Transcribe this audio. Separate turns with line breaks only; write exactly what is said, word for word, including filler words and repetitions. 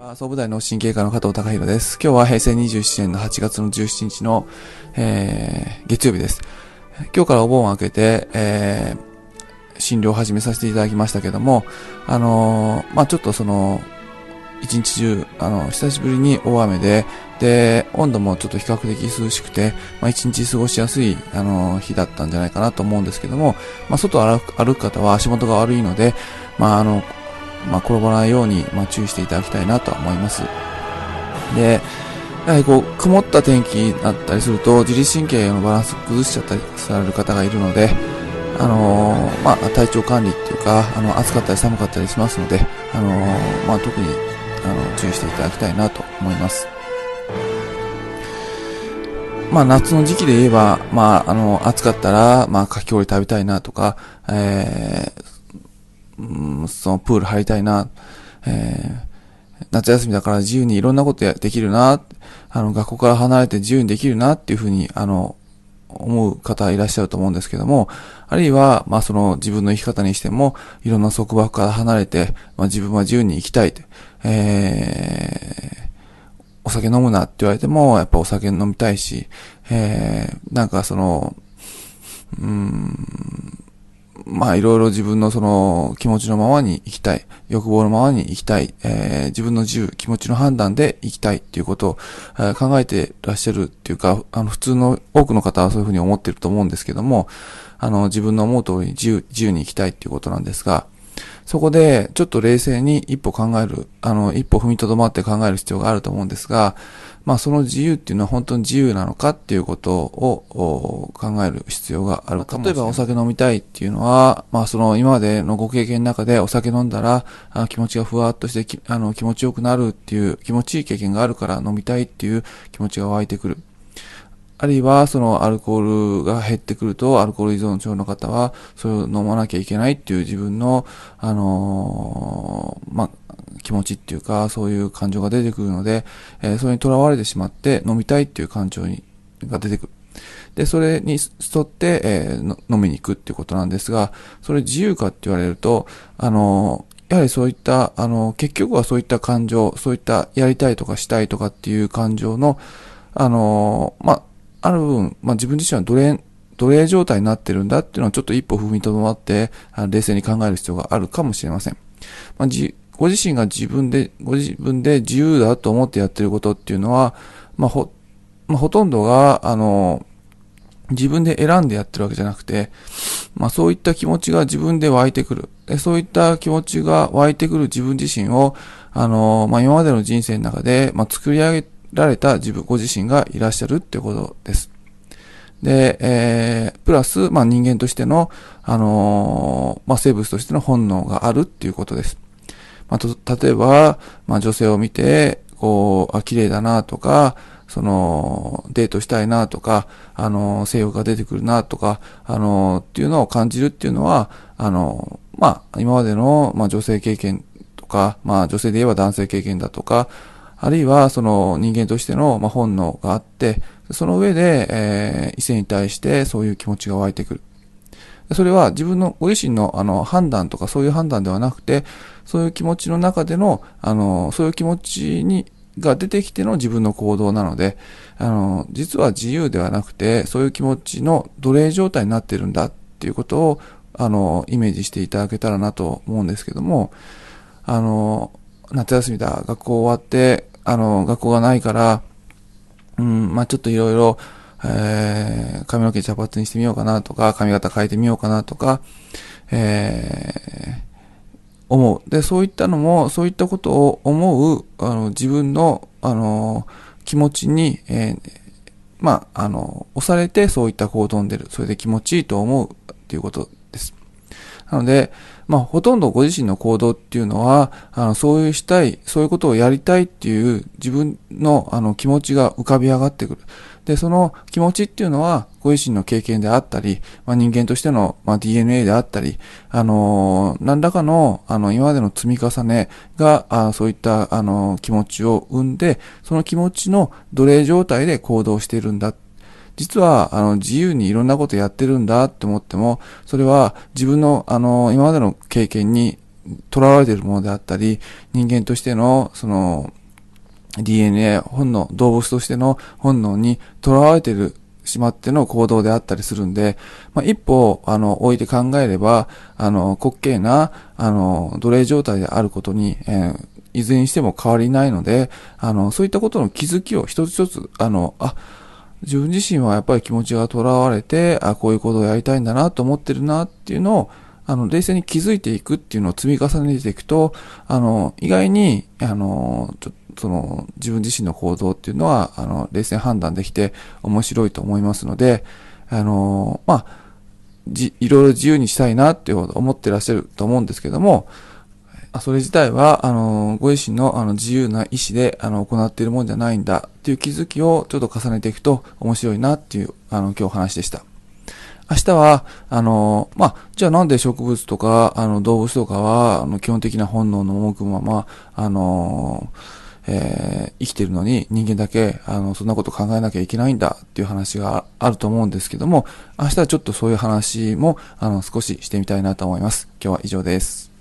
総武大脳神経科の加藤隆弘です。今日は平成にじゅうななねんのはちがつのじゅうしちにちの、えー、月曜日です。今日からお盆を明けて、えー、診療を始めさせていただきましたけども、あのー、まあちょっとその、一日中、あの、久しぶりに大雨で、で、温度もちょっと比較的涼しくて、まあ一日過ごしやすい、あの、日だったんじゃないかなと思うんですけども、まあ外を歩く、歩く方は足元が悪いので、まああの、まあ転ばないように、まあ注意していただきたいなとは思います。で、やはりこう、曇った天気だったりすると、自律神経のバランス崩しちゃったりされる方がいるので、あのー、まあ体調管理っていうか、あの、暑かったり寒かったりしますので、あのー、まあ特に、あの、注意していただきたいなと思います。まあ夏の時期で言えば、まああの、暑かったら、まあかき氷食べたいなとか、えー、うん、そのプール入りたいな、えー、夏休みだから自由にいろんなことやできるな、あの、学校から離れて自由にできるなっていうふうに、あの、思う方いらっしゃると思うんですけども、あるいは、まあその自分の生き方にしても、いろんな束縛から離れて、まあ自分は自由に生きたいと。えー、お酒飲むなって言われても、やっぱお酒飲みたいし、えー、なんかその、うーん、まあいろいろ自分のその気持ちのままに生きたい、欲望のままに生きたい、えー、自分の自由、気持ちの判断で生きたいっていうことを、えー、考えてらっしゃるっていうか、あの普通の多くの方はそういうふうに思ってると思うんですけども、あの自分の思う通りに自由、自由に生きたいっていうことなんですが、そこで、ちょっと冷静に一歩考える、あの、一歩踏みとどまって考える必要があると思うんですが、まあ、その自由っていうのは本当に自由なのかっていうことを考える必要があるかもしれない。例えばお酒飲みたいっていうのは、まあ、その今までのご経験の中でお酒飲んだら、あ気持ちがふわっとしてき、あの、気持ちよくなるっていう、気持ちいい経験があるから飲みたいっていう気持ちが湧いてくる。あるいは、そのアルコールが減ってくると、アルコール依存症の方は、それを飲まなきゃいけないっていう自分の、あのー、まあ、気持ちっていうか、そういう感情が出てくるので、えー、それにとらわれてしまって、飲みたいっていう感情にが出てくる。で、それに沿って、えー、飲みに行くっていうことなんですが、それ自由かって言われると、あのー、やはりそういった、あのー、結局はそういった感情、そういったやりたいとかしたいとかっていう感情の、あのー、まあ、ある分、まあ、自分自身は奴隷、奴隷状態になってるんだっていうのをちょっと一歩踏みとどまって、冷静に考える必要があるかもしれません。まあ、じご自身が自分で、ご自分で自由だと思ってやってることっていうのは、まあ、ほ、まあ、ほとんどが、あの、自分で選んでやってるわけじゃなくて、まあ、そういった気持ちが自分で湧いてくる。でそういった気持ちが湧いてくる自分自身を、あの、まあ、今までの人生の中で、まあ、作り上げられた自分、ご自身がいらっしゃるってことです。で、えー、プラス、まあ、人間としての、あのー、まあ、生物としての本能があるっていうことです。まあ、と、例えば、まあ、女性を見て、こう、あ、綺麗だなとか、その、デートしたいなとか、あの、性欲が出てくるなとか、あの、っていうのを感じるっていうのは、あの、まあ、今までの、まあ、女性経験とか、まあ、女性で言えば男性経験だとか、あるいは、その人間としての、まあ、本能があって、その上で、えー、異性に対してそういう気持ちが湧いてくる。それは自分のご自身のあの判断とかそういう判断ではなくて、そういう気持ちの中での、あの、そういう気持ちに、が出てきての自分の行動なので、あの、実は自由ではなくて、そういう気持ちの奴隷状態になっているんだっていうことを、あの、イメージしていただけたらなと思うんですけども、あの、夏休みだ、学校終わって、あの、学校がないから、うん、まあちょっといろいろ、えー、髪の毛茶髪にしてみようかなとか、髪型変えてみようかなとか、えー、思う。で、そういったのも、そういったことを思う、あの、自分の、あの、気持ちに、えー、まあ、あの、押されてそういった行動に出る。それで気持ちいいと思うっていうことです。なので、まあ、ほとんどご自身の行動っていうのは、あの、そういうしたい、そういうことをやりたいっていう自分の、あの、気持ちが浮かび上がってくる。で、その気持ちっていうのは、ご自身の経験であったり、まあ、人間としての、まあ、ディーエヌエー であったり、あのー、何らかの、あの、今までの積み重ねが、あそういった、あの、気持ちを生んで、その気持ちの奴隷状態で行動しているんだ。実は、あの、自由にいろんなことやってるんだって思っても、それは自分の、あの、今までの経験に囚われているものであったり、人間としての、その、ディーエヌエー、本能、動物としての本能に囚われている、しまっての行動であったりするんで、まあ、一歩、あの、置いて考えれば、あの、滑稽な、あの、奴隷状態であることに、えー、いずれにしても変わりないので、あの、そういったことの気づきを一つ一つ、あの、あ、自分自身はやっぱり気持ちが囚われて、あ、こういうことをやりたいんだなと思ってるなっていうのを、あの、冷静に気づいていくっていうのを積み重ねていくと、あの、意外に、あの、ちょその、自分自身の行動っていうのは、あの、冷静判断できて面白いと思いますので、あの、まあ、じ、いろいろ自由にしたいなって思ってらっしゃると思うんですけども、それ自体は、あの、ご自身の、あの、自由な意思で、あの、行っているもんじゃないんだっていう気づきをちょっと重ねていくと面白いなっていう、あの、今日話でした。明日は、あの、まあ、じゃあなんで植物とか、あの、動物とかは、あの、基本的な本能の赴くまま、あの、えー、生きてるのに人間だけ、あの、そんなこと考えなきゃいけないんだっていう話があると思うんですけども、明日はちょっとそういう話も、あの、少ししてみたいなと思います。今日は以上です。